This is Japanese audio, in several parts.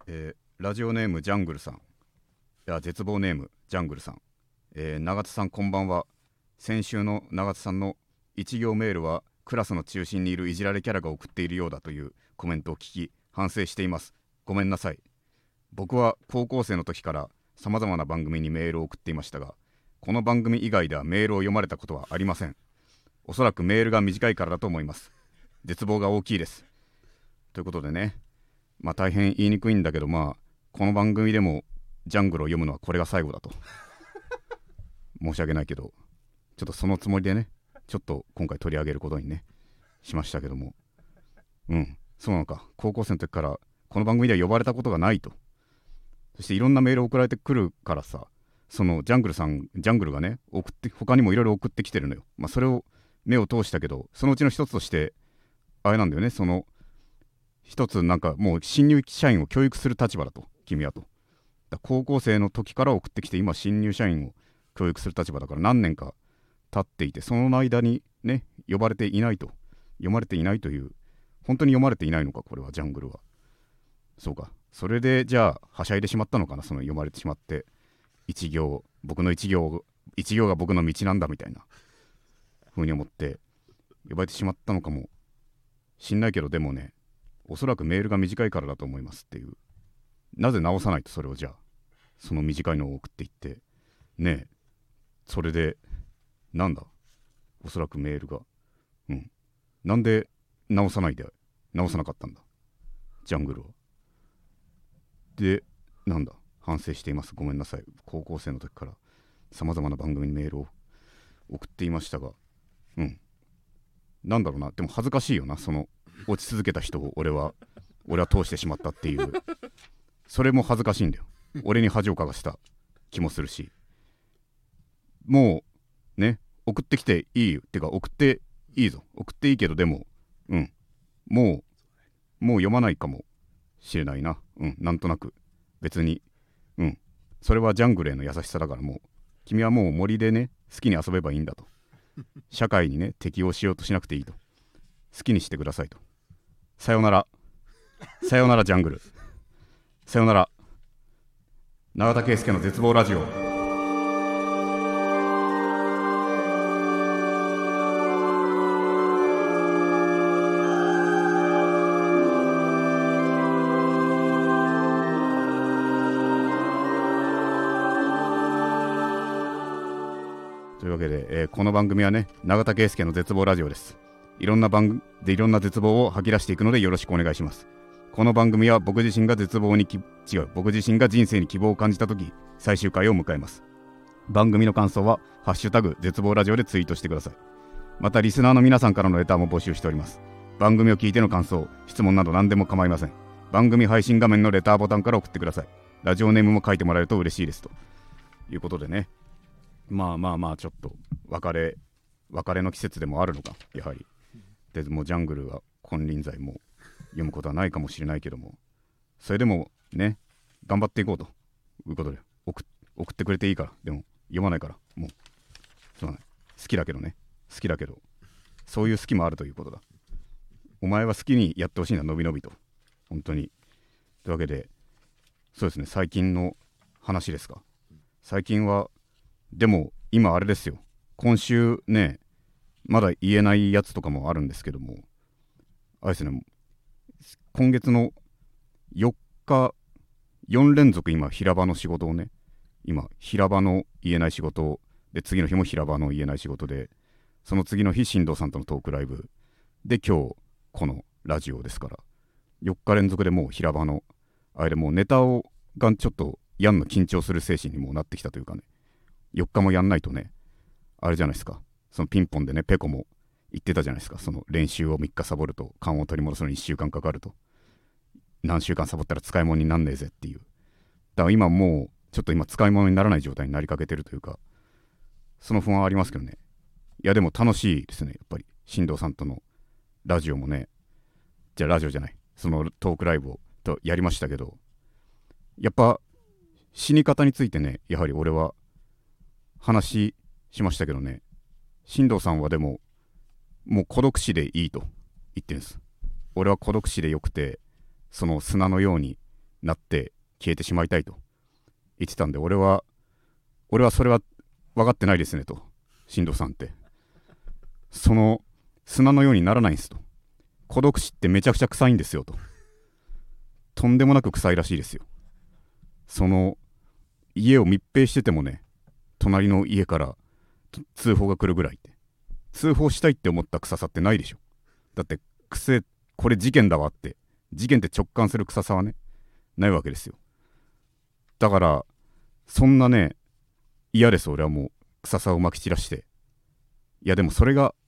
ラジオネームジャングルさん、いや絶望ネームジャングルさん、永田さんこんばんは。先週の永田さんの一行メールはクラスの中心にいるいじられキャラが送っているようだというコメントを聞き反省しています。ごめんなさい。僕は高校生の時からさまざまな番組にメールを送っていましたが、この番組以外ではメールを読まれたことはありません。おそらくメールが短いからだと思います。絶望が大きいです。ということでね、大変言いにくいんだけど、この番組でもジャングルを読むのはこれが最後だと申し訳ないけど、ちょっとそのつもりでね、ちょっと今回取り上げることにねしましたけども、そうなのか。高校生の時からこの番組では呼ばれたことがないと。そしていろんなメール送られてくるからさ、そのジャングルがね他にもいろいろ送ってきてるのよ。それを目を通したけど、そのうちの一つとしてあれなんだよね。その一つもう新入社員を教育する立場だと、君はと。高校生の時から送ってきて、今新入社員を教育する立場だから何年か経っていて、その間にね呼ばれていないと、読まれていないという。本当に読まれていないのかこれは、ジャングルは。そうか、それでじゃあはしゃいでしまったのかな、その読まれてしまって、僕の一行が僕の道なんだみたいな風に思って呼ばれてしまったのかもしんないけど、でもね、おそらくメールが短いからだと思いますっていう。なぜ直さないと、それをじゃあその短いのを送っていってねえ、それでなんだ、おそらくメールがなんで直さなかったんだジャングルは。で、なんだ、反省しています。ごめんなさい。高校生の時からさまざまな番組にメールを送っていましたが、なんだろうな。でも恥ずかしいよな、その落ち続けた人を俺は通してしまったっていう。それも恥ずかしいんだよ。俺に恥をかかした気もするし、もうね、送ってきていいよってか、送っていいぞ、送っていいけど、でももう読まないかもしれないな。なんとなく別にそれはジャングルへの優しさだから、もう君はもう森でね好きに遊べばいいんだと。社会にね適応しようとしなくていいと。好きにしてくださいと。さよならジャングル。さよなら。永田圭介の絶望ラジオ。というわけで、この番組はね、永田圭介の絶望ラジオです。いろんな絶望を吐き出していくのでよろしくお願いします。この番組は僕自身が人生に希望を感じたとき、最終回を迎えます。番組の感想はハッシュタグ絶望ラジオでツイートしてください。またリスナーの皆さんからのレターも募集しております。番組を聞いての感想、質問など何でも構いません。番組配信画面のレターボタンから送ってください。ラジオネームも書いてもらえると嬉しいですということでね。ちょっと別れの季節でもあるのか、やはり。でもジャングルは金輪際も読むことはないかもしれないけども、それでもね頑張っていこうということで送ってくれていいから。でも読まないから、もうそうだね。好きだけどそういう好きもあるということだ。お前は好きにやってほしいんだ、のびのびと、本当に。というわけで、そうですね、最近の話ですか。最近はでも今あれですよ、今週ねまだ言えないやつとかもあるんですけども、あれですね、今月の4日4連続今平場の仕事をね、今平場の言えない仕事で、次の日も平場の言えない仕事で、その次の日新藤さんとのトークライブで、今日このラジオですから、4日連続でもう平場のあれで、もうネタがちょっとやんの緊張する精神にもなってきたというかね、4日もやんないとね、あれじゃないですか。そのピンポンでね、ペコも言ってたじゃないですか。その練習を3日サボると勘を取り戻すのに1週間かかると、何週間サボったら使い物になんねえぜっていう。だから今もうちょっと使い物にならない状態になりかけてるというか、その不安はありますけどね。いやでも楽しいですね、やっぱり。新藤さんとのラジオもね、ラジオじゃない、そのトークライブをとやりましたけど、やっぱ死に方についてね、やはり俺は話しましたけどね、新藤さんはでももう孤独死でいいと言ってるんです。俺は孤独死でよくて、その砂のようになって消えてしまいたいと言ってたんで、俺はそれは分かってないですねと。進藤さんってその砂のようにならないんですと。孤独死ってめちゃくちゃ臭いんですよと。とんでもなく臭いらしいですよ。その家を密閉しててもね、隣の家から通報が来るぐらいって、通報したいって思った臭さってないでしょ。だってこれ事件だわって、事件って直感する臭さはねないわけですよ。だからそんなね嫌です。俺はもう臭さをまき散らして、でもそれが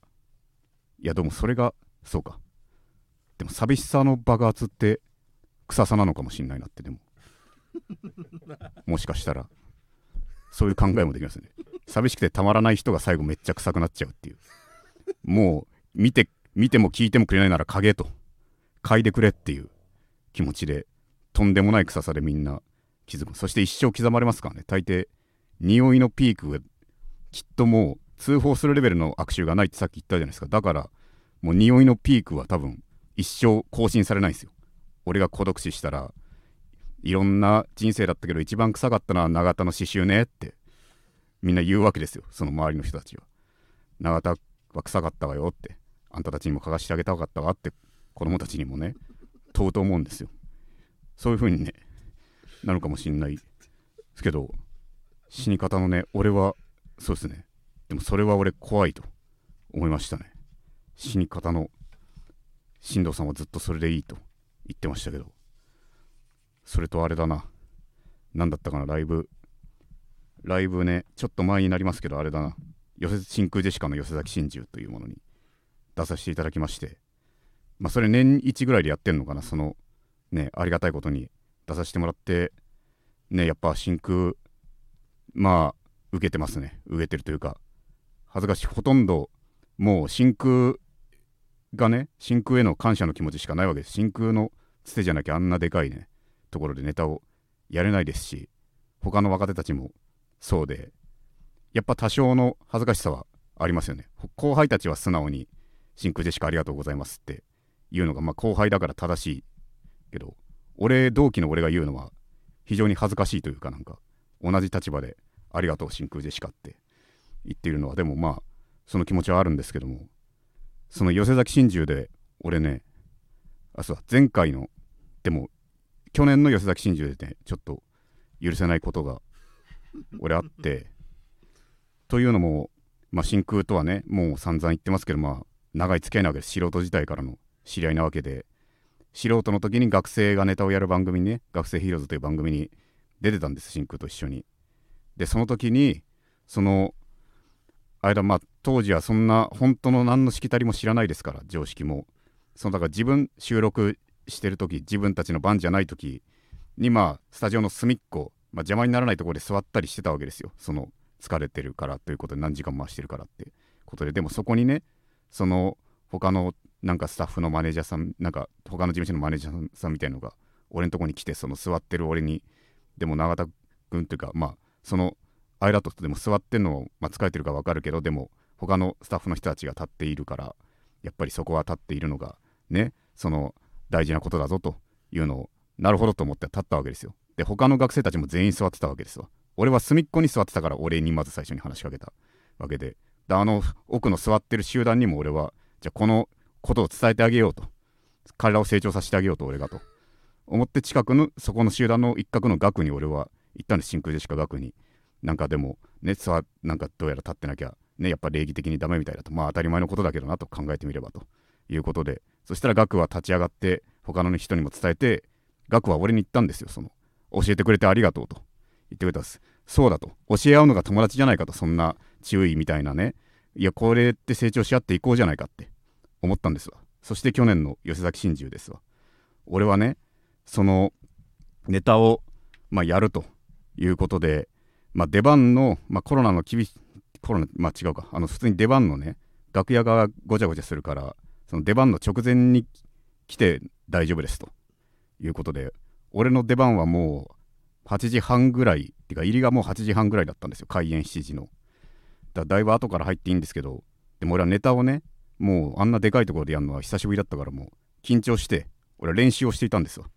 そうか。でも寂しさの爆発って臭さなのかもしんないなって。でももしかしたらそういう考えもできますね。寂しくてたまらない人が最後めっちゃ臭くなっちゃうっていう。もう見ても聞いてもくれないなら嗅げと、嗅いでくれっていう気持ちで、とんでもない臭さでみんな気づく。そして一生刻まれますからね。大抵匂いのピークがきっともう通報するレベルの悪臭がないってさっき言ったじゃないですか。だからもう匂いのピークは多分一生更新されないんですよ。俺が孤独死したら、いろんな人生だったけど一番臭かったのは永田の刺繍ねってみんな言うわけですよ。その周りの人たちは。永田は臭かったわよって、あんたたちにも嗅がしてあげたかったわって子供たちにもね問うと思うんですよ。そういう風にねなるかもしんないですけど、死に方のね、俺はそうですね。でもそれは俺怖いと思いましたね。死に方の進藤さんはずっとそれでいいと言ってましたけど、それとあれだな、何だったかな、ライブね、ちょっと前になりますけど、あれだな、真空ジェシカの寄せ崎真珠というものに出させていただきまして、それ年1ぐらいでやってんのかな。そのね、ありがたいことに出させてもらってね、やっぱ真空受けてますね。受けてるというか、恥ずかしい、ほとんどもう真空がね、真空への感謝の気持ちしかないわけです。真空のつてじゃなきゃあんなでかいねところでネタをやれないですし、他の若手たちもそうで、やっぱ多少の恥ずかしさはありますよね。後輩たちは素直に真空ジェシカありがとうございますっていうのが後輩だから正しいけど、同期の俺が言うのは非常に恥ずかしいというか、なんか同じ立場でありがとう真空ジェシカって言っているのは、でもその気持ちはあるんですけども、その寄せ崎真珠で俺ね、前回のでも去年の寄せ崎真珠でね、ちょっと許せないことが俺あってというのも、真空とはねもう散々言ってますけど、長い付き合いなわけです。素人時代からの知り合いなわけで、素人の時に学生がネタをやる番組にね、学生ヒーローズという番組に出てたんです、真空と一緒に。でその時にその間、当時はそんな本当の何のしきたりも知らないですから、常識も。だから収録してる時、自分たちの番じゃない時にスタジオの隅っこ、邪魔にならないところで座ったりしてたわけですよ。その疲れてるからということで、何時間回してるからってことで。でもそこにね、その他のなんかスタッフのマネージャーさん、なんか他の事務所のマネージャーさんみたいのが俺のとこに来て、その座ってる俺に、でも永田君というか、その間とでも座ってんのを、疲れてるか分かるけど、でも他のスタッフの人たちが立っているから、やっぱりそこは立っているのがね、その大事なことだぞというのを、なるほどと思って立ったわけですよ。で他の学生たちも全員座ってたわけですわ。俺は隅っこに座ってたから、俺にまず最初に話しかけたわけで、奥の座ってる集団にも俺は、じゃあこのことを伝えてあげようと、彼らを成長させてあげようと、俺がと思って、近くのそこの集団の一角の学に俺は行ったんです。真空ジェシカ学に。なんかでもね、なんかどうやら立ってなきゃね、やっぱ礼儀的にダメみたいだと、当たり前のことだけどなと考えてみればということで、そしたら学は立ち上がって他の人にも伝えて、学は俺に言ったんですよ。教えてくれてありがとうと言ってくれたんです。そうだと、教え合うのが友達じゃないかと、そんな注意みたいなね、いやこれって成長し合っていこうじゃないかって思ったんですわ。そして去年の寄せ崎真珠ですわ。俺はね、そのネタをやるということで、出番の、コロナの厳しいコロナ、違うか、普通に出番のね、楽屋がごちゃごちゃするから、その出番の直前に来て大丈夫ですということで、俺の出番はもう8時半ぐらいっていうか、入りがもう8時半ぐらいだったんですよ。開演7時の。だいぶ後から入っていいんですけど、でも俺はネタをね、もうあんなでかいところでやるのは久しぶりだったから、もう緊張して俺は練習をしていたんですよ。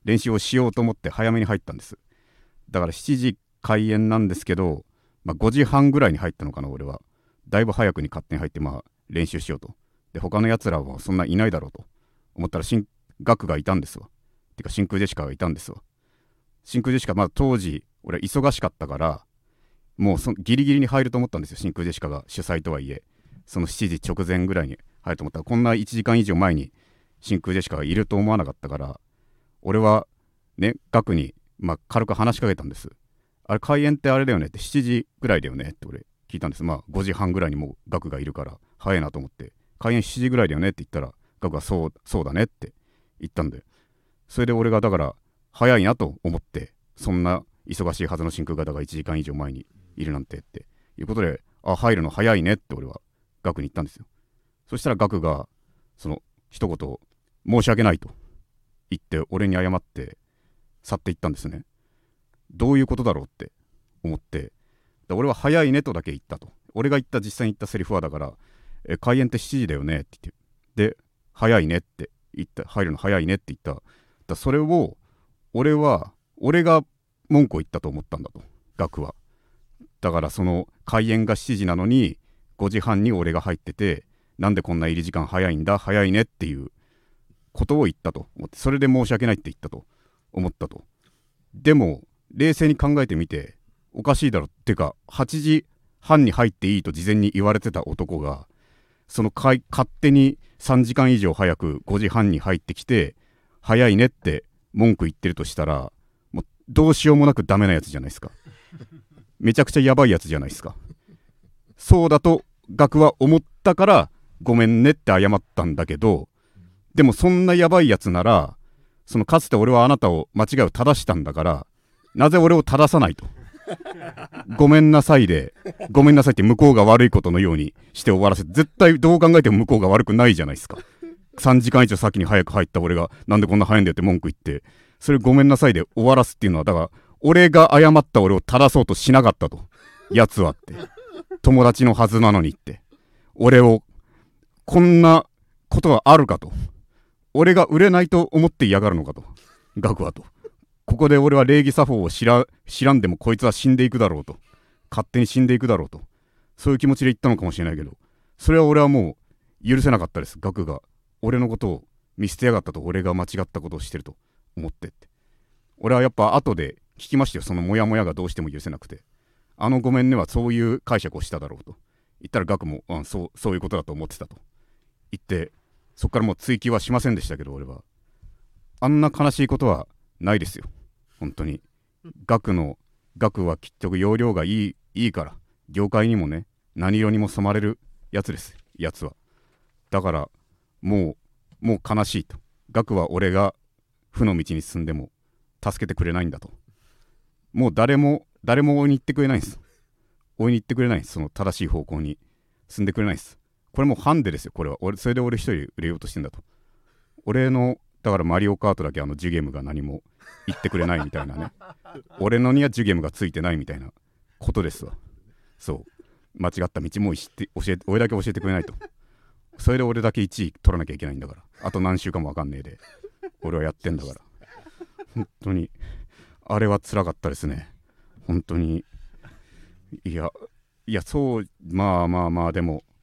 練習をしようと思って早めに入ったんです。だから7時開演なんですけど、5時半ぐらいに入ったのかな。俺はだいぶ早くに勝手に入って練習しようと。で他のやつらはそんないないだろうと思ったら学がいたんですわ。てか真空ジェシカがいたんですわ。真空ジェシカ当時俺忙しかったからもうギリギリに入ると思ったんですよ。真空ジェシカが主催とはいえその7時直前ぐらいに入ると思ったらこんな1時間以上前に真空ジェシカがいると思わなかったから俺はねガクに軽く話しかけたんです。あれ開演ってあれだよねって7時ぐらいだよねって俺聞いたんです。5時半ぐらいにもうガクがいるから早いなと思って開演7時ぐらいだよねって言ったらガクがそうだねって言ったんでそれで俺がだから早いなと思ってそんな忙しいはずの真空がだから1時間以上前にいるなんてっていうことで入るの早いねって俺はガクに言ったんですよ。そしたらガクがその一言申し訳ないと言って俺に謝って去っていったんですね。どういうことだろうって思って俺は早いねとだけ言ったと。俺が実際に言ったセリフはだから開演って7時だよねって言ってで早いねって言った入るの早いねって言ったそれを俺が文句を言ったと思ったんだとガクは。だからその開演が7時なのに5時半に俺が入っててなんでこんな入り時間早いんだ早いねっていうことを言ったと思ってそれで申し訳ないって言ったと思ったと。でも冷静に考えてみておかしいだろってか8時半に入っていいと事前に言われてた男がその勝手に3時間以上早く5時半に入ってきて早いねって文句言ってるとしたらもうどうしようもなくダメなやつじゃないですか。めちゃくちゃやばいやつじゃないですか。そうだとガクは思ったからごめんねって謝ったんだけどでもそんなやばいやつならかつて俺はあなたを間違いを正したんだからなぜ俺を正さないとごめんなさいって向こうが悪いことのようにして終わらせて絶対どう考えても向こうが悪くないじゃないですか。3時間以上先に早く入った俺がなんでこんな早いんだよって文句言ってそれごめんなさいで終わらすっていうのはだから俺が謝った俺を正そうとしなかったとやつはって友達のはずなのにって俺をこんなことがあるかと俺が売れないと思って嫌がるのかとガクはとここで俺は礼儀作法を知らんでもこいつは死んでいくだろうと勝手に死んでいくだろうとそういう気持ちで言ったのかもしれないけどそれは俺はもう許せなかったです。ガクが俺のことを見捨てやがったと俺が間違ったことをしてると思ってって俺はやっぱ後で聞きましたよ。そのモヤモヤがどうしても許せなくてごめんねはそういう解釈をしただろうと言ったらガクもそういうことだと思ってたと言ってそっからもう追及はしませんでしたけど俺はあんな悲しいことはないですよ本当に。ガクはきっと容量がいいから業界にもね何色にも染まれるやつですやつは。だからもう悲しいと。ガクは俺が負の道に進んでも助けてくれないんだと。もう誰も追いに行ってくれないんです。追いに行ってくれないんです。その正しい方向に進んでくれないです。これもうハンデですよこれは。それで俺一人売れようとしてんだと。俺のだからマリオカートだけジュゲームが何も言ってくれないみたいなね俺のにはジュゲームがついてないみたいなことですわ。そう間違った道も俺だけ教えてくれないと。それで俺だけ1位取らなきゃいけないんだからあと何週間も分かんねえで俺はやってんだから本当にあれは辛かったですね本当に。いやそうまあでも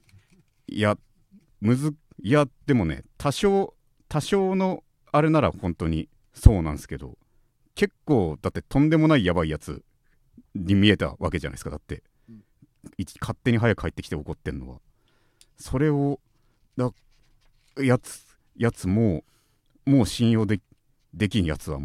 でもね多少のあれなら本当にそうなんですけど結構だってとんでもないやばいやつに見えたわけじゃないですか。だって勝手に早く帰ってきて怒ってんのはそれをやつもう信用できんやつは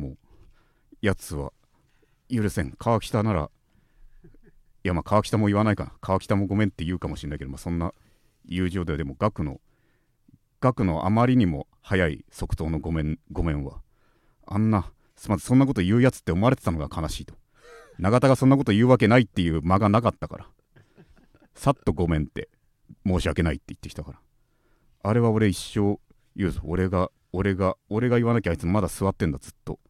許せん。川北なら川北も言わないかな。川北もごめんって言うかもしれないけど、そんな友情でもガクのあまりにも早い即答のごめんはそんなこと言うやつって思われてたのが悲しいと。永田がそんなこと言うわけないっていう間がなかったからさっとごめんって申し訳ないって言ってきたからあれは俺一生言うぞ。俺が言わなきゃあいつまだ座ってんだずっと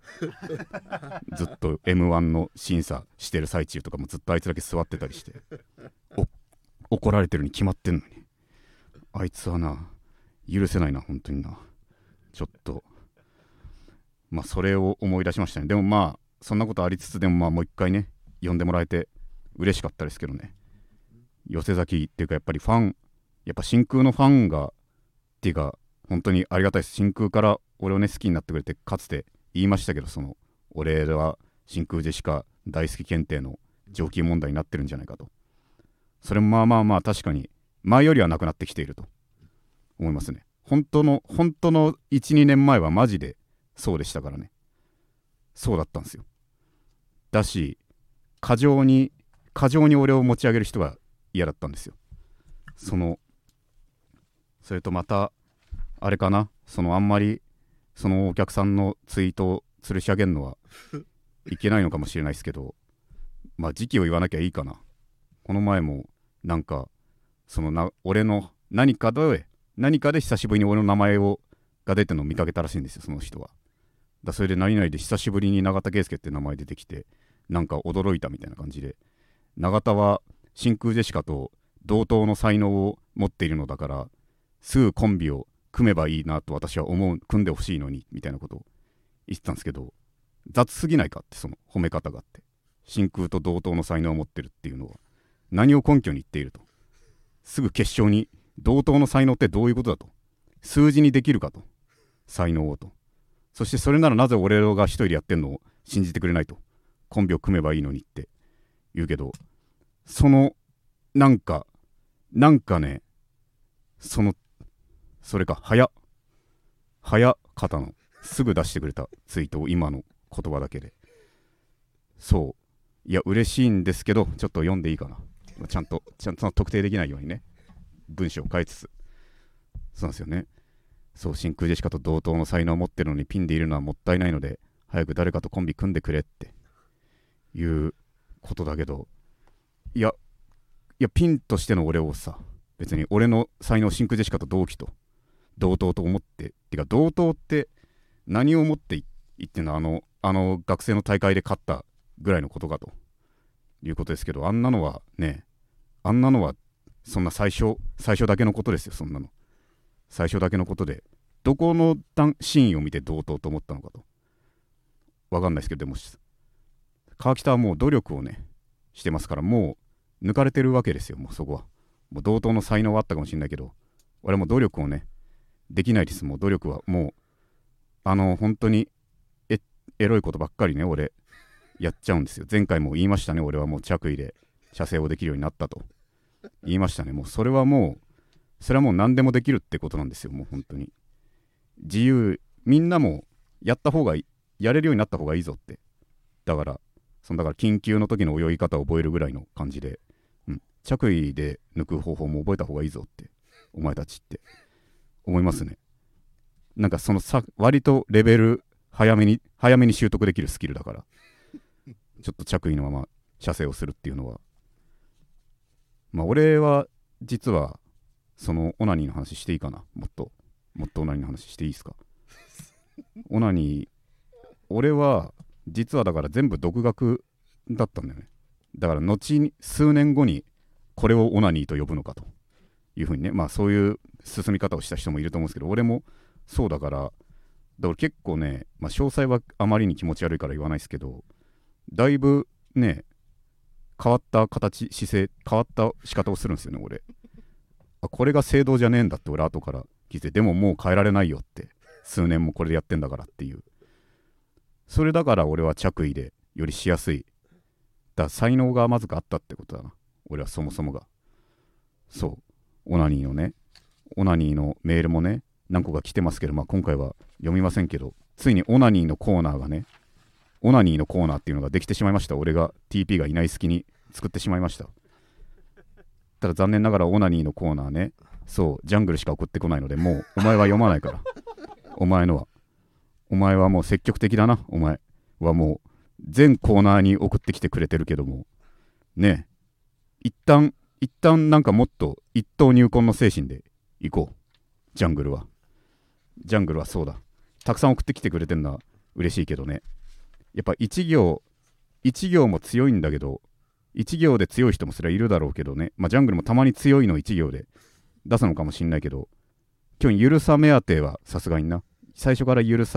M1 の審査してる最中とかもずっとあいつだけ座ってたりして怒られてるに決まってんのにあいつはな許せないな本当にな。ちょっとまあそれを思い出しましたね。でもまあそんなことありつつ、でもまあもう一回ね呼んでもらえて嬉しかったですけどね。寄せ崎っていうかやっぱりファン、やっぱ真空のファンがっていうか本当にありがたいです。真空から俺をね好きになってくれて、かつて言いましたけど、その俺は真空ジェシカ大好き検定の上級問題になってるんじゃないかと。それもまあまあまあ確かに前よりはなくなってきていると思いますね。本当の 1,2 年前はマジでそうでしたからね。そうだったんですよ。だし過剰に俺を持ち上げる人が嫌だったんですよ。それとまたあれかな、あんまりそのお客さんのツイートを吊るし上げるのはいけないのかもしれないですけど、まあ時期を言わなきゃいいかな。この前もなんか俺の何かで久しぶりに俺の名前が出てるのを見かけたらしいんですよ、その人は。それで何々で久しぶりに永田圭介って名前出てきて、なんか驚いたみたいな感じで、永田は真空ジェシカと同等の才能を持っているのだからすぐコンビを組めばいいなと私は思う、組んでほしいのにみたいなことを言ってたんですけど、雑すぎないかって、その褒め方があって、真空と同等の才能を持ってるっていうのは何を根拠に言っていると。すぐ決勝に同等の才能ってどういうことだと、数字にできるかと、才能をと、そしてそれならなぜ俺らが一人でやってんのを信じてくれないと、コンビを組めばいいのにって言うけど、なんかね、それか早方のすぐ出してくれたツイートを今の言葉だけで、そういや嬉しいんですけど、ちょっと読んでいいかな。ちゃんと特定できないようにね文章を変えつつ、そうなんですよね。そう真空ジェシカと同等の才能を持ってるのにピンでいるのはもったいないので早く誰かとコンビ組んでくれっていうことだけど、いやピンとしての俺をさ、別に俺の才能真空ジェシカと同期と同等と思って、てか同等って何を持って言ってんの、あの学生の大会で勝ったぐらいのことかということですけど、あんなのはそんな最初だけのことですよ。そんなの最初だけのことで、どこのシーンを見て同等と思ったのかとわかんないですけど、でも川北はもう努力をねしてますから、もう抜かれてるわけですよ。もうそこはもう同等の才能はあったかもしれないけど、俺も努力をねできないです。もう努力はもう本当にエロいことばっかりね俺やっちゃうんですよ。前回も言いましたね。俺はもう着衣で射精をできるようになったと言いましたね。もうそれはもう何でもできるってことなんですよ。もう本当に自由、みんなもやれるようになった方がいいぞって。だから緊急の時の泳ぎ方を覚えるぐらいの感じで、着衣で抜く方法も覚えた方がいいぞってお前たちって思いますね。なんか割とレベル早めに習得できるスキルだから、ちょっと着衣のまま射精をするっていうのは、まあ俺は実はオナニーの話していいかな。もっとオナニーの話していいですか。オナニー、俺は実はだから全部独学だったんだよね。だから後に数年後にこれをオナニーと呼ぶのかというふうにね、まあそういう進み方をした人もいると思うんですけど、俺もそうだから結構ね、まあ詳細はあまりに気持ち悪いから言わないですけど、だいぶね変わった姿勢変わった仕方をするんですよね俺。これが正道じゃねえんだって俺後から聞いて、でももう変えられないよって、数年もこれでやってんだからっていう。それだから俺は着衣でよりしやすい。だから才能がまずかあったってことだな、俺はそもそもが。そうオナニーのメールもね何個か来てますけど、まあ今回は読みませんけど、ついにオナニーのコーナーっていうのができてしまいました。俺が TP がいない隙に作ってしまいました。ただ残念ながらオナニーのコーナーね、そうジャングルしか送ってこないので、もうお前は読まないからお前はもう積極的だな。お前はもう全コーナーに送ってきてくれてるけどもね、一旦なんかもっと一等入魂の精神で行こう。ジャングルはそうだ、たくさん送ってきてくれてんのは嬉しいけどね、やっぱ一行も強いんだけど、一行で強い人もそれはいるだろうけどね、まあジャングルもたまに強いの一行で出すのかもしんないけど、今日ゆるさ目当てはさすがにな、最初からゆるさ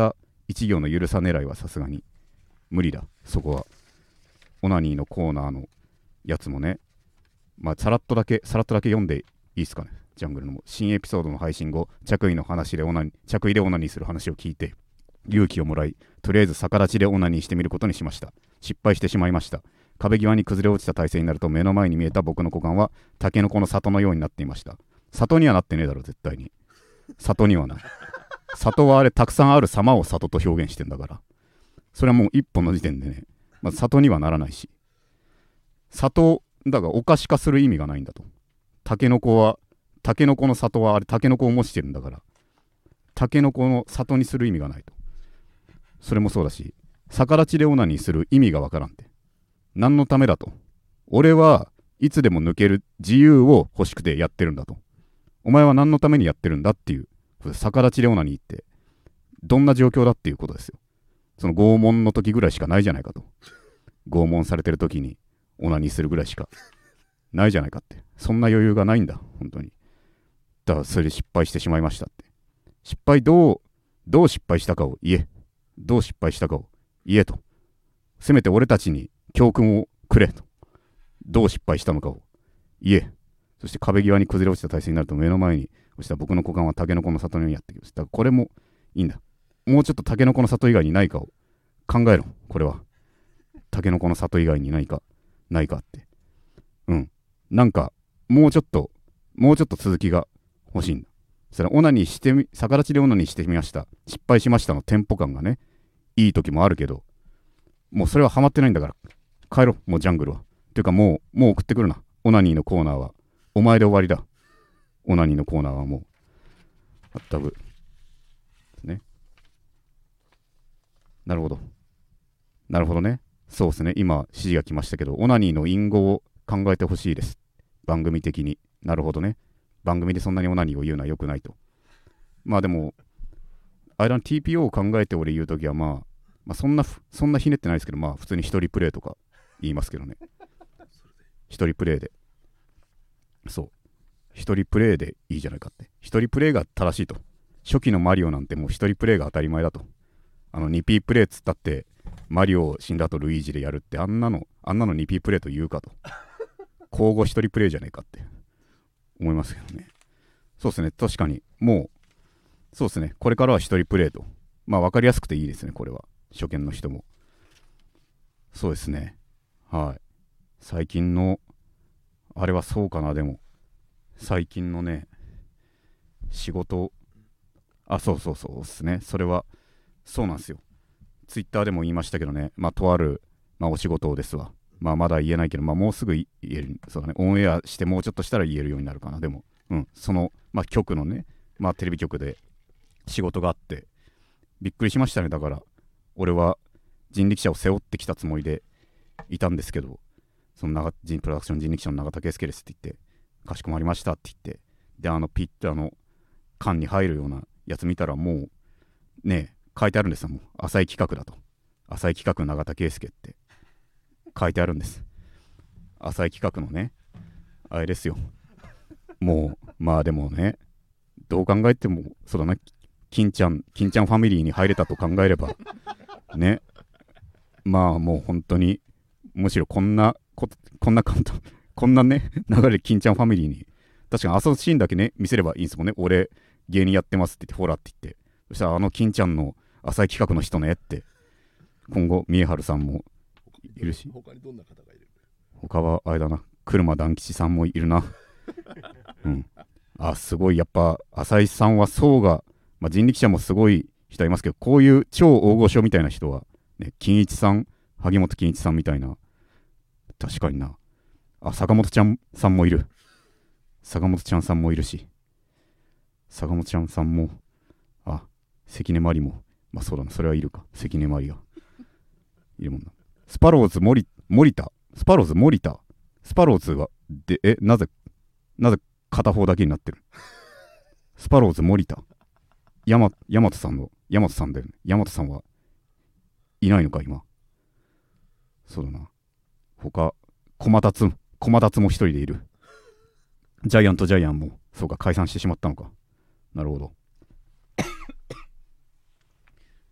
一行の許さ狙いはさすがに無理だ。そこはオナニーのコーナーのやつもね、まあさらっとだけ読んでいいですかね。ジャングルのも新エピソードの配信後、着衣でオナニーする話を聞いて勇気をもらい、とりあえず逆立ちでオナニーしてみることにしました。失敗してしまいました。壁際に崩れ落ちた体勢になると、目の前に見えた僕の股間はタケノコの里のようになっていました。里にはなってねえだろ絶対に。里にはな里はあれたくさんある様を里と表現してんだから、それはもう一本の時点でね、まあ、里にはならないし、里だがおかし化する意味がないんだと。タケノコの里はあれタケノコを模してるんだから、タケノコの里にする意味がないと。それもそうだし、逆立ちでオナニーする意味がわからんって。何のためだと。俺はいつでも抜ける自由を欲しくてやってるんだと。お前は何のためにやってるんだっていう。逆立ちでオナニーってどんな状況だっていうことですよ。その拷問の時ぐらいしかないじゃないかと。拷問されてる時にオナニーするぐらいしかないじゃないかって。そんな余裕がないんだ本当に。だからそれで失敗してしまいましたって。失敗どう失敗したかを言え。どう失敗したかを言えと。せめて俺たちに教訓をくれと。どう失敗したのかを言え。そして壁際に崩れ落ちた体勢になると、目の前に落ちた僕の股間はタケノコの里のようにやってきます。だからこれもいいんだ。もうちょっとタケノコの里以外にないかを考えろ。これはタケノコの里以外に何かないかって。なんかもうちょっと続きが欲しいんだ。それは逆立ちでオナニーしてみました、失敗しましたのテンポ感がね、いい時もあるけど、もうそれはハマってないんだから帰ろう。もうジャングルはっていうか、もう送ってくるな。オナニーのコーナーはお前で終わりだ。オナニーのコーナーはもうあったぶね。なるほどね。そうですね。今指示が来ましたけど、オナニーの隠語を考えてほしいです、番組的に。なるほどね。番組でそんなにオナニーを言うのは良くないと。まあでもあれの TPO を考えて俺言うときは、まあそんなひねってないですけど、まあ普通に一人プレイとか言いますけどね。一人プレイで、そう一人プレイでいいじゃないかって。一人プレイが正しいと。初期のマリオなんてもう一人プレイが当たり前だと。2P プレイっつったってマリオを死んだとルイージでやるって、あんなの 2P プレイと言うかと。交互一人プレイじゃないかって思いますけどね。そうですね。確かにもうそうですね。これからは一人プレイと。まあ分かりやすくていいですね。これは初見の人も。そうですね。はい。最近のあれはそうかな。でも最近のね仕事、そうですね。それはそうなんですよ。ツイッターでも言いましたけどね、まあとある、まあ、お仕事ですわ。まあまだ言えないけど、まあもうすぐ言える。そうだね。オンエアしてもうちょっとしたら言えるようになるかな。でもそのまあ局のね、まあテレビ局で仕事があってびっくりしましたね。だから俺は人力車を背負ってきたつもりでいたんですけど、そのプロダクション人力車の永田圭介ですって言って、かしこまりましたって言って、でピッて缶に入るようなやつ見たら、もうね書いてあるんですよ。もう浅井企画だと。浅井企画永田圭介って書いてあるんです。浅井企画のねあれですよ。もうまあでもね、どう考えてもそうだな、金ちゃんファミリーに入れたと考えればね、まあもう本当にむしろこんなね流れで金ちゃんファミリーに、確かに遊ぶシーンだけね見せればいいんですもんね。俺芸人やってますって言って、ほらって言って、そしたら金ちゃんの浅井企画の人ねって、今後三重春さんもいるし、 他にどんな方がいる？ 他はあれだな、車団吉さんもいるな。すごいやっぱ浅井さんは層が、まあ、人力車もすごい人いますけど、こういう超大御所みたいな人はね、金一さん、萩本欽一さんみたいな、確かにな。坂本ちゃんさんもいる。坂本ちゃんさんもいるし、坂本ちゃんさんも、関根麻里も、まあそうだな、それはいるか。関根麻里がいるもんな。スパローズ森田、スパローズはでなぜ片方だけになってる。スパローズ森田、大和さんだよね。大和さんはいないのか今。そうだな。他駒達も一人でいる。ジャイアンもそうか、解散してしまったのか。なるほど。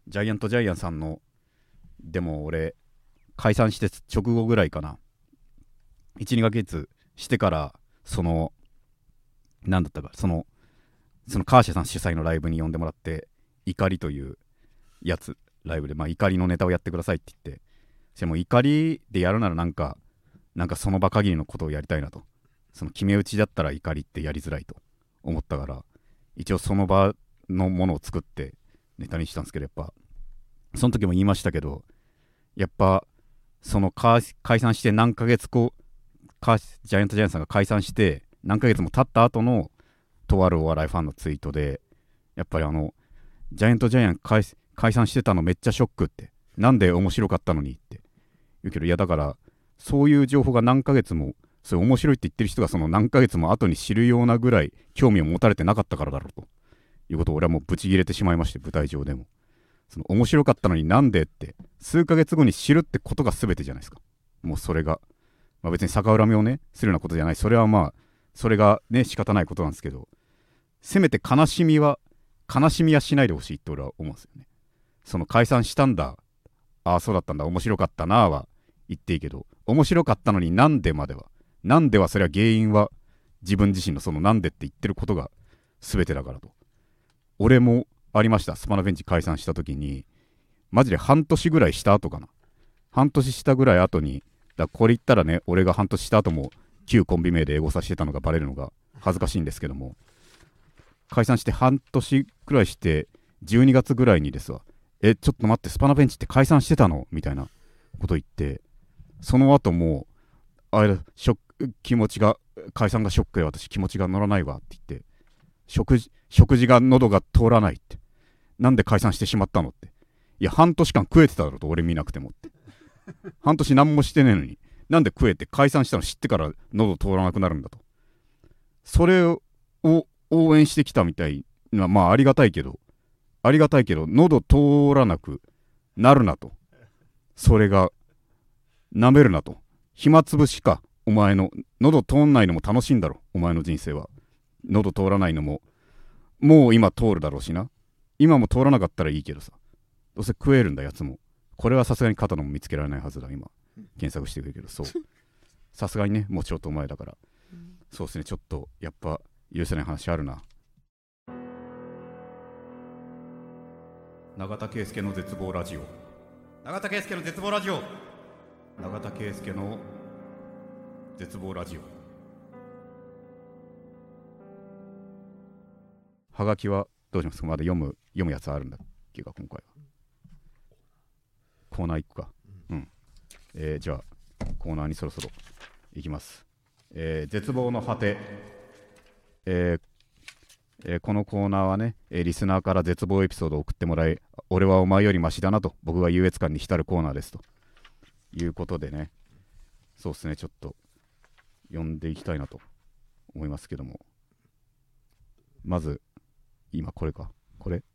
ジャイアントジャイアンさんの、でも俺解散して直後ぐらいかな、1、2ヶ月してから、なんだったか、そのカーシャさん主催のライブに呼んでもらって、怒りというやつ、ライブで、怒りのネタをやってくださいって言って、でも怒りでやるならなんかその場限りのことをやりたいなと。その決め打ちだったら怒りってやりづらいと思ったから、一応その場のものを作ってネタにしたんですけど、やっぱその時も言いましたけど、やっぱその解散して何ヶ月後、ジャイアントジャイアンさんが解散して何ヶ月も経った後のとあるお笑いファンのツイートで、やっぱりジャイアントジャイアン解散してたのめっちゃショックって、なんで面白かったのにって言うけど、いやだからそういう情報が何ヶ月も、それ面白いって言ってる人がその何ヶ月も後に知るようなぐらい興味を持たれてなかったからだろうということを俺はもうブチギレてしまいまして、舞台上でも。その面白かったのになんでって数ヶ月後に知るってことが全てじゃないですか。もうそれが、別に逆恨みをねするようなことじゃない、それはそれがね仕方ないことなんですけど、せめて悲しみはしないでほしいって俺は思うんですよね。その解散したんだ、ああそうだったんだ、面白かったなは言っていいけど、面白かったのになんでまでは、なんではそれは原因は自分自身のそのなんでって言ってることが全てだからと。俺もありました。スパナベンチ解散した時にマジで半年ぐらいした後かな、半年したぐらい後に、これ言ったらね、俺が半年した後も旧コンビ名でエゴサしてたのがバレるのが恥ずかしいんですけども、解散して半年ぐらいして12月ぐらいにですわ、ちょっと待って、スパナベンチって解散してたのみたいなこと言って、その後も気持ちが、解散がショックで私気持ちが乗らないわって言って、食事が喉が通らないって、なんで解散してしまったのって、いや半年間食えてただろと、俺見なくてもって半年何もしてねえのになんで食えて、解散したの知ってから喉通らなくなるんだと。それを応援してきたみたいな、ありがたいけど喉通らなくなるなと、それがなめるなと、暇つぶしか、お前の喉通んないのも楽しいんだろ、お前の人生は。喉通らないのももう今通るだろうしな、今も通らなかったらいいけどさ、どうせ食えるんだやつも。これはさすがに肩のも見つけられないはずだ、今検索してくるけど、そうさすがにね、もうちょっと前だから、そうですね、ちょっとやっぱ許せない話あるな。永田圭介の絶望ラジオ、永田圭介の絶望ラジオ、永田圭介の絶望ラジオ。はがきはどうしますか。まだ読むやつあるんだっけか、今回は。コーナー行くか。じゃあコーナーにそろそろ行きます。絶望の果て。このコーナーはね、リスナーから絶望エピソードを送ってもらい、俺はお前よりマシだなと僕が優越感に浸るコーナーですということでね、そうですね、ちょっと読んでいきたいなと思いますけども、まず今これか、これ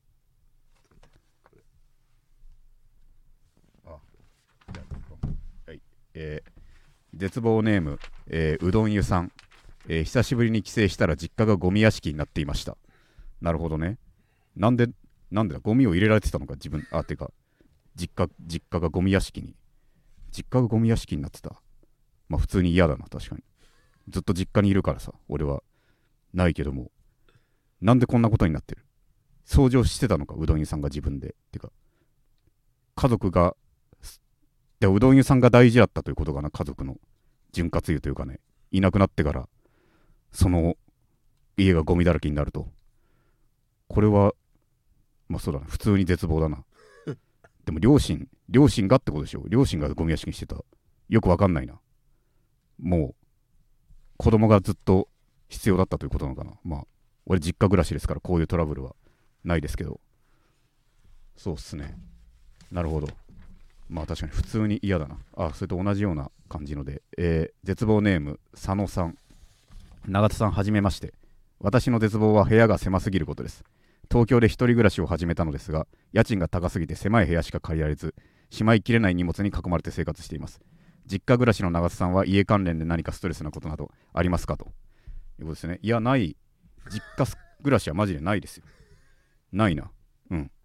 はい、絶望ネーム、うどん湯さん。久しぶりに帰省したら実家がゴミ屋敷になっていました。なるほどね。なんでだ、ゴミを入れられてたのか、自分、てか実家がゴミ屋敷になってた。普通に嫌だな、確かに。ずっと実家にいるからさ、俺はないけども、なんでこんなことになってる。掃除をしてたのか、うどん屋さんが自分で。てか家族が、うどん屋さんが大事だったということかな、家族の潤滑油というかね、いなくなってからその家がゴミだらけになると、これはそうだな、普通に絶望だなでも両親がってことでしょ。両親がゴミ屋敷にしてた。よくわかんないな。もう子供がずっと必要だったということなのかな。俺実家暮らしですからこういうトラブルはないですけど、そうっすね、なるほど。確かに普通に嫌だな。それと同じような感じので、絶望ネーム佐野さん。永田さん、はじめまして。私の絶望は部屋が狭すぎることです。東京で一人暮らしを始めたのですが、家賃が高すぎて狭い部屋しか借りられず、しまいきれない荷物に囲まれて生活しています。実家暮らしの永田さんは家関連で何かストレスなことなどありますかということですね。いや、ない。実家暮らしはマジでないですよ。ないな。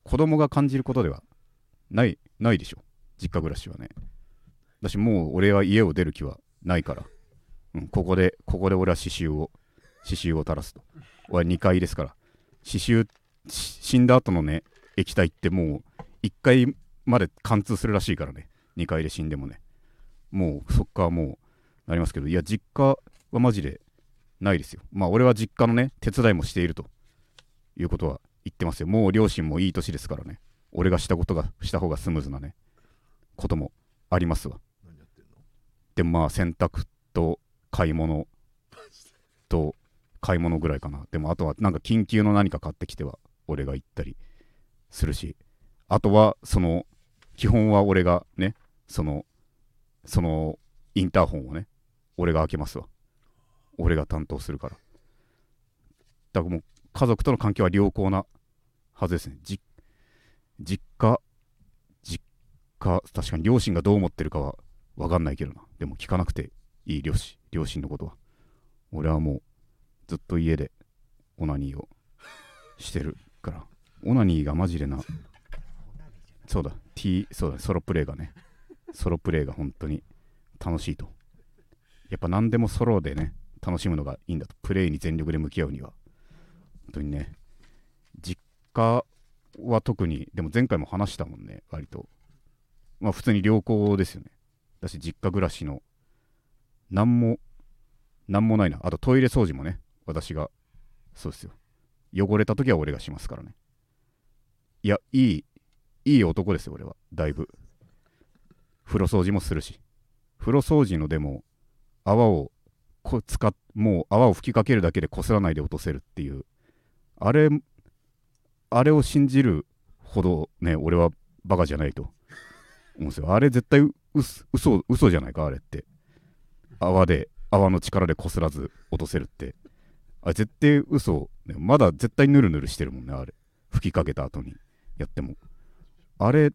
子供が感じることではないでしょ、実家暮らしはね。だしもう俺は家を出る気はないから、ここで俺は刺繍を垂らすと。俺は2階ですから、刺繍死んだ後のね液体ってもう1階まで貫通するらしいからね、2階で死んでもね、もうそっからもうなりますけど、いや実家はマジでないですよ。まあ俺は実家のね手伝いもしているということは言ってますよ。もう両親もいい年ですからね、俺がした方がスムーズなねこともありますわ。 何やってんの？ でもまあ洗濯と買い物ぐらいかな。でもあとはなんか緊急の何か買ってきては俺が行ったりするし、あとはその基本は俺がねそのインターホンをね俺が開けますわ。俺が担当するから。だからもう家族との関係は良好なはずですね。実家確かに両親がどう思ってるかは分かんないけどな。でも聞かなくていい両親のことは。俺はもうずっと家でオナニーをしてるから。オナニーがマジでな、そうだソロプレイが本当に楽しいと。やっぱ何でもソロでね楽しむのがいいんだと。プレイに全力で向き合うには本当にね。実家は特に、でも前回も話したもんね、割とまあ普通に良好ですよね。だし実家暮らしのなんもないな。あとトイレ掃除もね私が、そうですよ、汚れた時は俺がしますからね。いやいい男ですよ俺は。だいぶ風呂掃除もするし、風呂掃除のでももう泡を吹きかけるだけでこすらないで落とせるっていう、あれを信じるほどね俺はバカじゃないと思うんですよ。あれ絶対嘘じゃないか、あれって。泡の力でこすらず落とせるって、あれ絶対嘘、ね、まだ絶対ヌルヌルしてるもんね、あれ吹きかけた後にやっても。あれ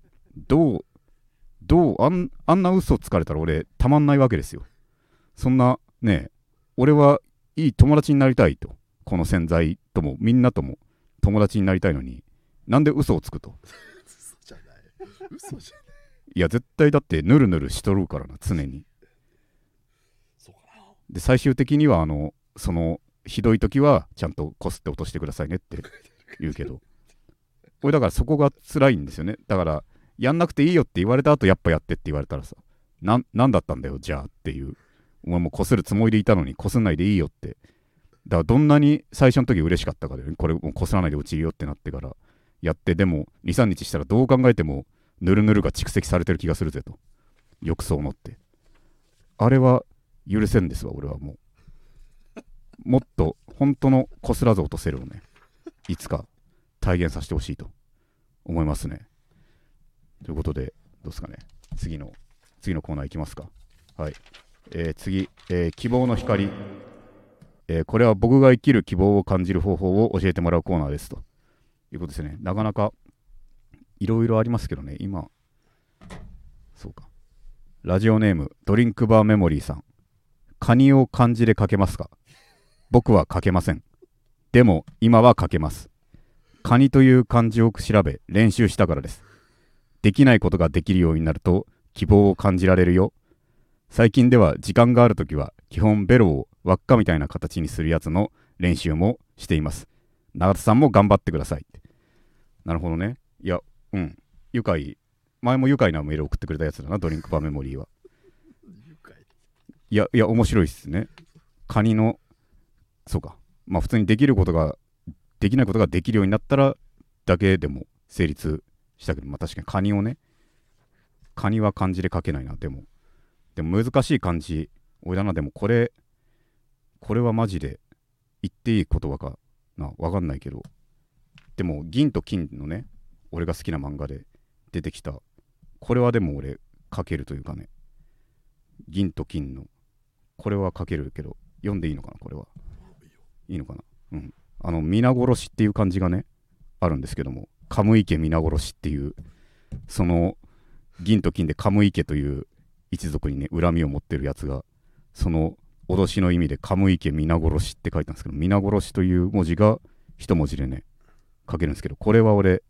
あんな嘘つかれたら俺たまんないわけですよ。そんなね、俺はいい友達になりたいと、この洗剤ともみんなとも友達になりたいのに、なんで嘘をつくと。 嘘じゃない。 いや絶対だってヌルヌルしとるからな、常に。 そうかな。 で最終的にはそのひどい時はちゃんとこすって落としてくださいねって言うけど俺だからそこが辛いんですよね。だからやんなくていいよって言われた後やっぱやってって言われたらさ、なんだったんだよじゃあっていう。お前もこするつもりでいたのにこすんないでいいよって。だからどんなに最初の時嬉しかったかで、ね、これもうこすらないで落ちるよってなってからやって、でも 2,3 日したらどう考えてもヌルヌルが蓄積されてる気がするぜと、浴槽のって。あれは許せんですわ俺は。もっと本当のこすらず落とせるをねいつか体現させてほしいと思いますね。ということでどうですかね、次のコーナーいきますか。はい、次、希望の光。これは僕が生きる希望を感じる方法を教えてもらうコーナーですということですね。なかなかいろいろありますけどね今。そうか、ラジオネームドリンクバーメモリーさん。カニを漢字で書けますか？僕は書けません。でも今は書けます。カニという漢字を調べ練習したからです。できないことができるようになると希望を感じられるよ。最近では時間があるときは基本ベロを輪っかみたいな形にするやつの練習もしています。永田さんも頑張ってください。なるほどね。いや、前も愉快なメールを送ってくれたやつだな、ドリンクバーメモリーは。いや面白いっすね。カニの、そうか、まあ普通にできないことができるようになったらだけでも成立したけど、まあ確かにカニは漢字で書けないな。でも難しい漢字おいだな。でもこれはマジで言っていい言葉かな、わかんないけど、でも銀と金のね俺が好きな漫画で出てきたこれはでも俺書けるというかね、銀と金のこれは書けるけど読んでいいのかな、これはいいのかな。皆殺しっていう漢字がねあるんですけども、カムイ家皆殺しっていう、その銀と金でカムイ家という一族にね恨みを持ってるやつが、その脅しの意味でカムイ家皆殺しって書いたんですけど、皆殺しという文字が一文字でね書けるんですけど、これは俺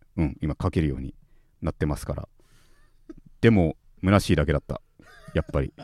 今書けるようになってますから。でも虚しいだけだった、やっぱり。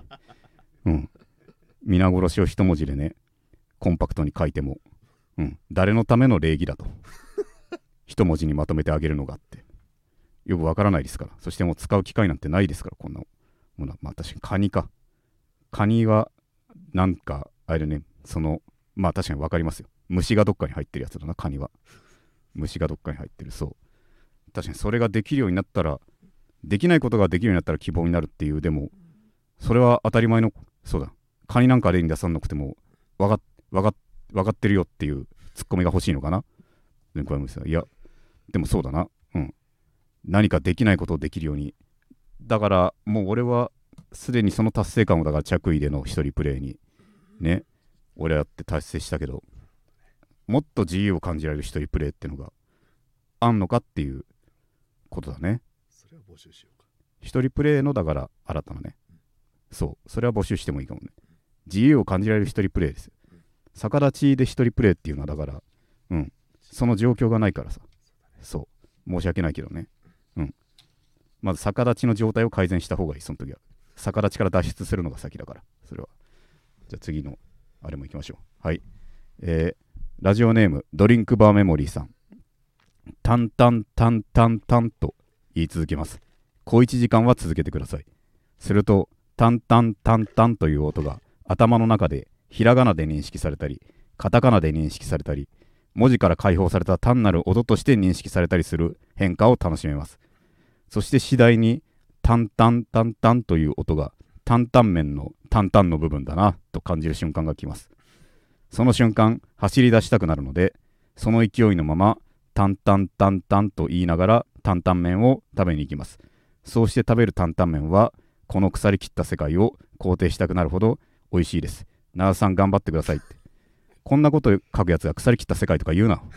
皆殺しを一文字でね、コンパクトに書いても、誰のための礼儀だと一文字にまとめてあげるのがあってよくわからないですから。そしてもう使う機会なんてないですから、こんなもの。まあ確かにカニか。カニはなんかあれね、まあ確かにわかりますよ。虫がどっかに入ってるやつだな、カニは。虫がどっかに入ってる。そう。確かにそれができるようになったら、できないことができるようになったら希望になるっていう。でもそれは当たり前の、そうだ、カニなんか例に出さなくてもわかってるよっていうツッコミが欲しいのかな。いやでもそうだな。何かできないことをできるように。だからもう俺はすでにその達成感を、だから着衣での一人プレイにね、俺はやって達成したけど、もっと自由を感じられる一人プレイってのがあんのかっていうことだね。 それは募集しようか。 一人プレイの、だから新たなね、そうそれは募集してもいいかもね。自由を感じられる一人プレイですよ。逆立ちで一人プレイっていうのは、だからその状況がないからさ。そう申し訳ないけどね。まず逆立ちの状態を改善した方がいい。その時は逆立ちから脱出するのが先だから。それはじゃあ次のあれも行きましょう。はい、ラジオネームドリンクバーメモリーさん。タンタンタンタンタンと言い続けます。小1時間は続けてください。するとタンタンタンタンという音が頭の中でひらがなで認識されたり、カタカナで認識されたり、文字から解放された単なる音として認識されたりする変化を楽しめます。そして次第にタンタンタンタンという音が担々麺のタンタンの部分だなと感じる瞬間が来ます。その瞬間走り出したくなるので、その勢いのままタンタンタンタンと言いながら担々麺を食べに行きます。そうして食べる担々麺はこの腐りきった世界を肯定したくなるほど美味しいです。奈良さん頑張ってくださいって。こんなこと書くやつが腐りきった世界とか言うな。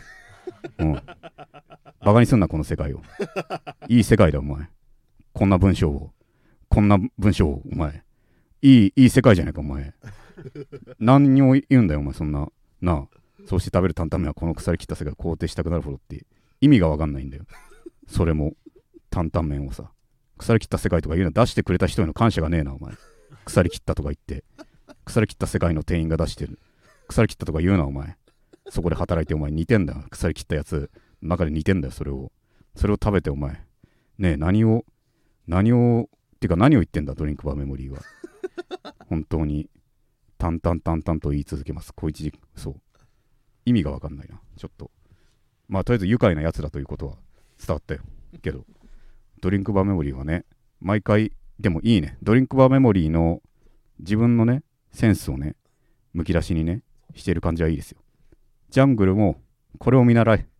バカにすんなこの世界を。いい世界だお前。こんな文章をお前いい世界じゃないかお前。何にも言うんだよお前。そんななあ。そうして食べる担々麺はこの腐りきった世界を肯定したくなるほどって意味がわかんないんだよ。それも担々麺をさ、腐りきった世界とか言うの出してくれた人への感謝がねえなお前。腐りきったとか言って腐りきった世界の店員が出してる腐りきったとか言うなお前。そこで働いてお前似てんだよ。腐りきったやつの中で似てんだよ。それを食べてお前ねえ、何をってか何を言ってんだドリンクバーメモリーは。本当にタンタンタンタンと言い続けます。小一時そう意味がわかんないな。ちょっとまあとりあえず愉快なやつだということは伝わったよけど、ドリンクバーメモリーはね、毎回でもいいね。ドリンクバーメモリーの自分のねセンスをねむき出しにねしてる感じはいいですよ。ジャングルもこれを見習え。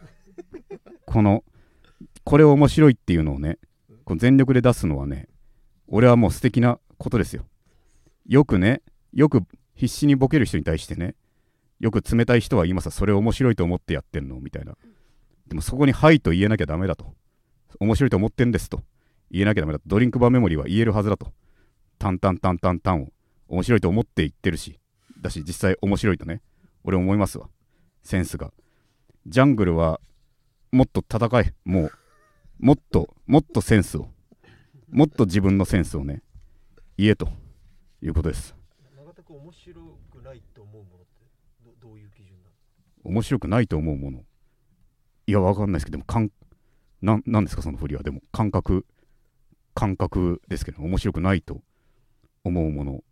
これを面白いっていうのをね、この全力で出すのはね、俺はもう素敵なことですよ。よく必死にボケる人に対してね、よく冷たい人は言います。それを面白いと思ってやってんのみたいな。でもそこにはいと言えなきゃダメだと。面白いと思ってんですと言えなきゃダメだと。ドリンクバーメモリーは言えるはずだと。タンタンタンタンタンを面白いと思って言ってるし、だし実際面白いとね、俺思いますわ。センスが。ジャングルはもっと戦え。もっとセンスを、もっと自分のセンスをね言えということです。 永田君面白くないと思うものってどういう基準なの？ 面白くないと思うもの、いやわかんないですけど、でもなんですかその振りは。でも感覚ですけど、面白くないと思うもの、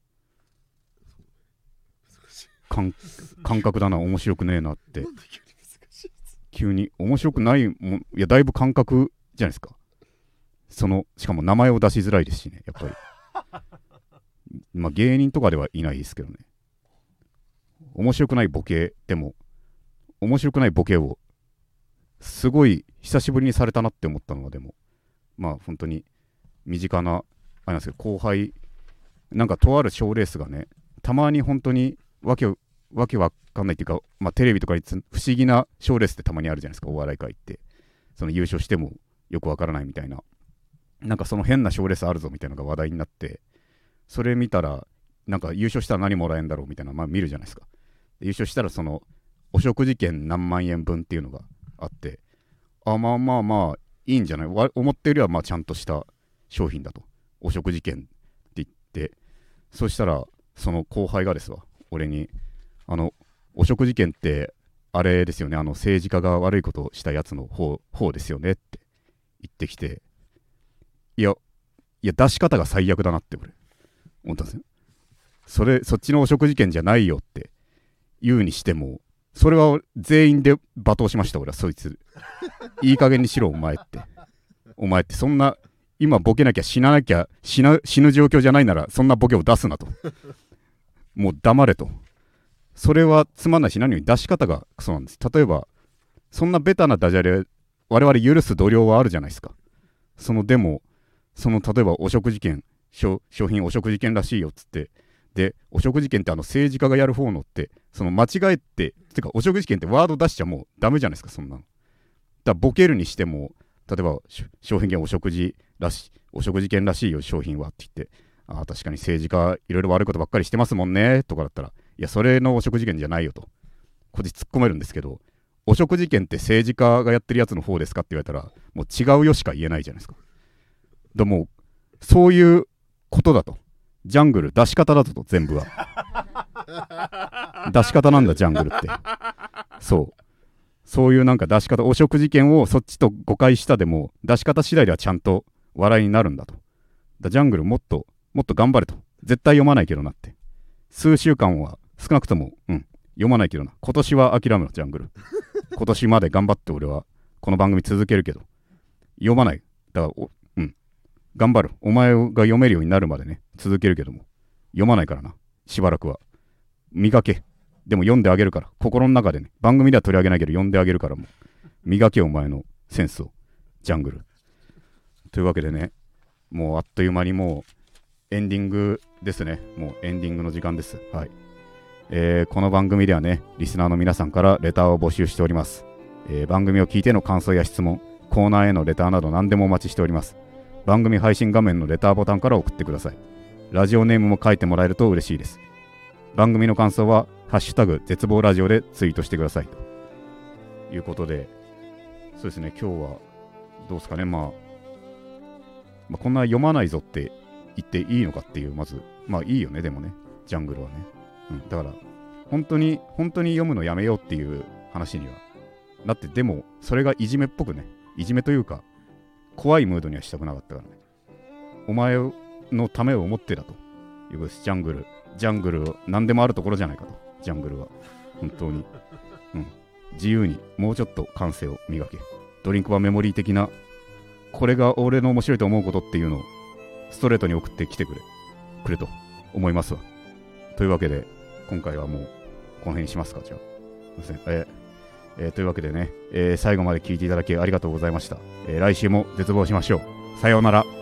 感覚だな。面白くねえなって急に面白くないもん。いやだいぶ感覚じゃないですか。しかも名前を出しづらいですしね、やっぱり。まあ芸人とかではいないですけどね。面白くないボケでも面白くないボケをすごい久しぶりにされたなって思ったのは、でもまあ本当に身近なあれなんですけど、後輩なんかとある賞レースがね、たまに本当にわけわかんないっていうか、まあテレビとかに不思議な賞レースってたまにあるじゃないですか。お笑い界ってその優勝してもよくわからないみたいな、なんかその変な賞レースあるぞみたいなのが話題になって、それ見たらなんか優勝したら何もらえんだろうみたいな、まあ見るじゃないですか。優勝したらそのお食事券何万円分っていうのがあって、 まあまあまあいいんじゃない、思ったよりはまあちゃんとした商品だと、お食事券って言って、そしたらその後輩がですわ、俺にお食事券ってあれですよね、政治家が悪いことをしたやつの方ですよねって言ってきて、いや出し方が最悪だなって俺思ったんですよ。そっちのお食事券じゃないよって言うにしても、それは全員で罵倒しました。俺はそいついい加減にしろお前ってそんな今ボケなきゃ死ぬ状況じゃないならそんなボケを出すなと、もう黙れと、それはつまんないし、何より出し方がクソなんです。例えばそんなベタなダジャレ我々許す度量はあるじゃないですか。でも例えばお食事券商品お食事券らしいよっつって、でお食事券って政治家がやる方のって間違えてかお食事券ってワード出しちゃもうダメじゃないですか。そんなのだからボケるにしても、例えば商品券お食事券らしいよ商品はって言って、確かに政治家いろいろ悪いことばっかりしてますもんねとかだったら、いやそれのお食事券じゃないよとこっち突っ込めるんですけど、お食事券って政治家がやってるやつの方ですかって言われたらもう違うよしか言えないじゃないですか。でもそういうことだと、ジャングル出し方だと、全部は出し方なんだジャングルって。そういうなんか出し方、お食事券をそっちと誤解したでも出し方次第ではちゃんと笑いになるんだと。ジャングルもっと頑張れと、絶対読まないけどなって、数週間は少なくとも読まないけどな、今年は諦めろジャングル今年まで頑張って俺はこの番組続けるけど読まない、だから頑張る、お前が読めるようになるまでね続けるけども読まないからな、しばらくは磨け。でも読んであげるから、心の中でね、番組では取り上げないけど読んであげるから、もう磨けお前のセンスをジャングルというわけでね、もうあっという間にもうエンディングですね。もうエンディングの時間です。はい、この番組ではね、リスナーの皆さんからレターを募集しております。番組を聞いての感想や質問、コーナーへのレターなど何でもお待ちしております。番組配信画面のレターボタンから送ってください。ラジオネームも書いてもらえると嬉しいです。番組の感想はハッシュタグ絶望ラジオでツイートしてくださいということで、そうですね、今日はどうですかね、まあこんな読まないぞって言っていいのかっていう、まずいいよね、でもねジャングルはね、だから本当に読むのやめようっていう話にはなって、でもそれがいじめっぽくね、いじめというか怖いムードにはしたくなかったからね、お前のためを思ってだということです。ジャングル何でもあるところじゃないかと、ジャングルは本当に、自由にもうちょっと感性を磨け。ドリンクバーメモリー的な、これが俺の面白いと思うことっていうのをストレートに送ってきてくれと思いますわ。というわけで今回はもうこの辺にしますか。じゃあすいません、というわけでね、最後まで聞いていただきありがとうございました。来週も絶望しましょう。さようなら。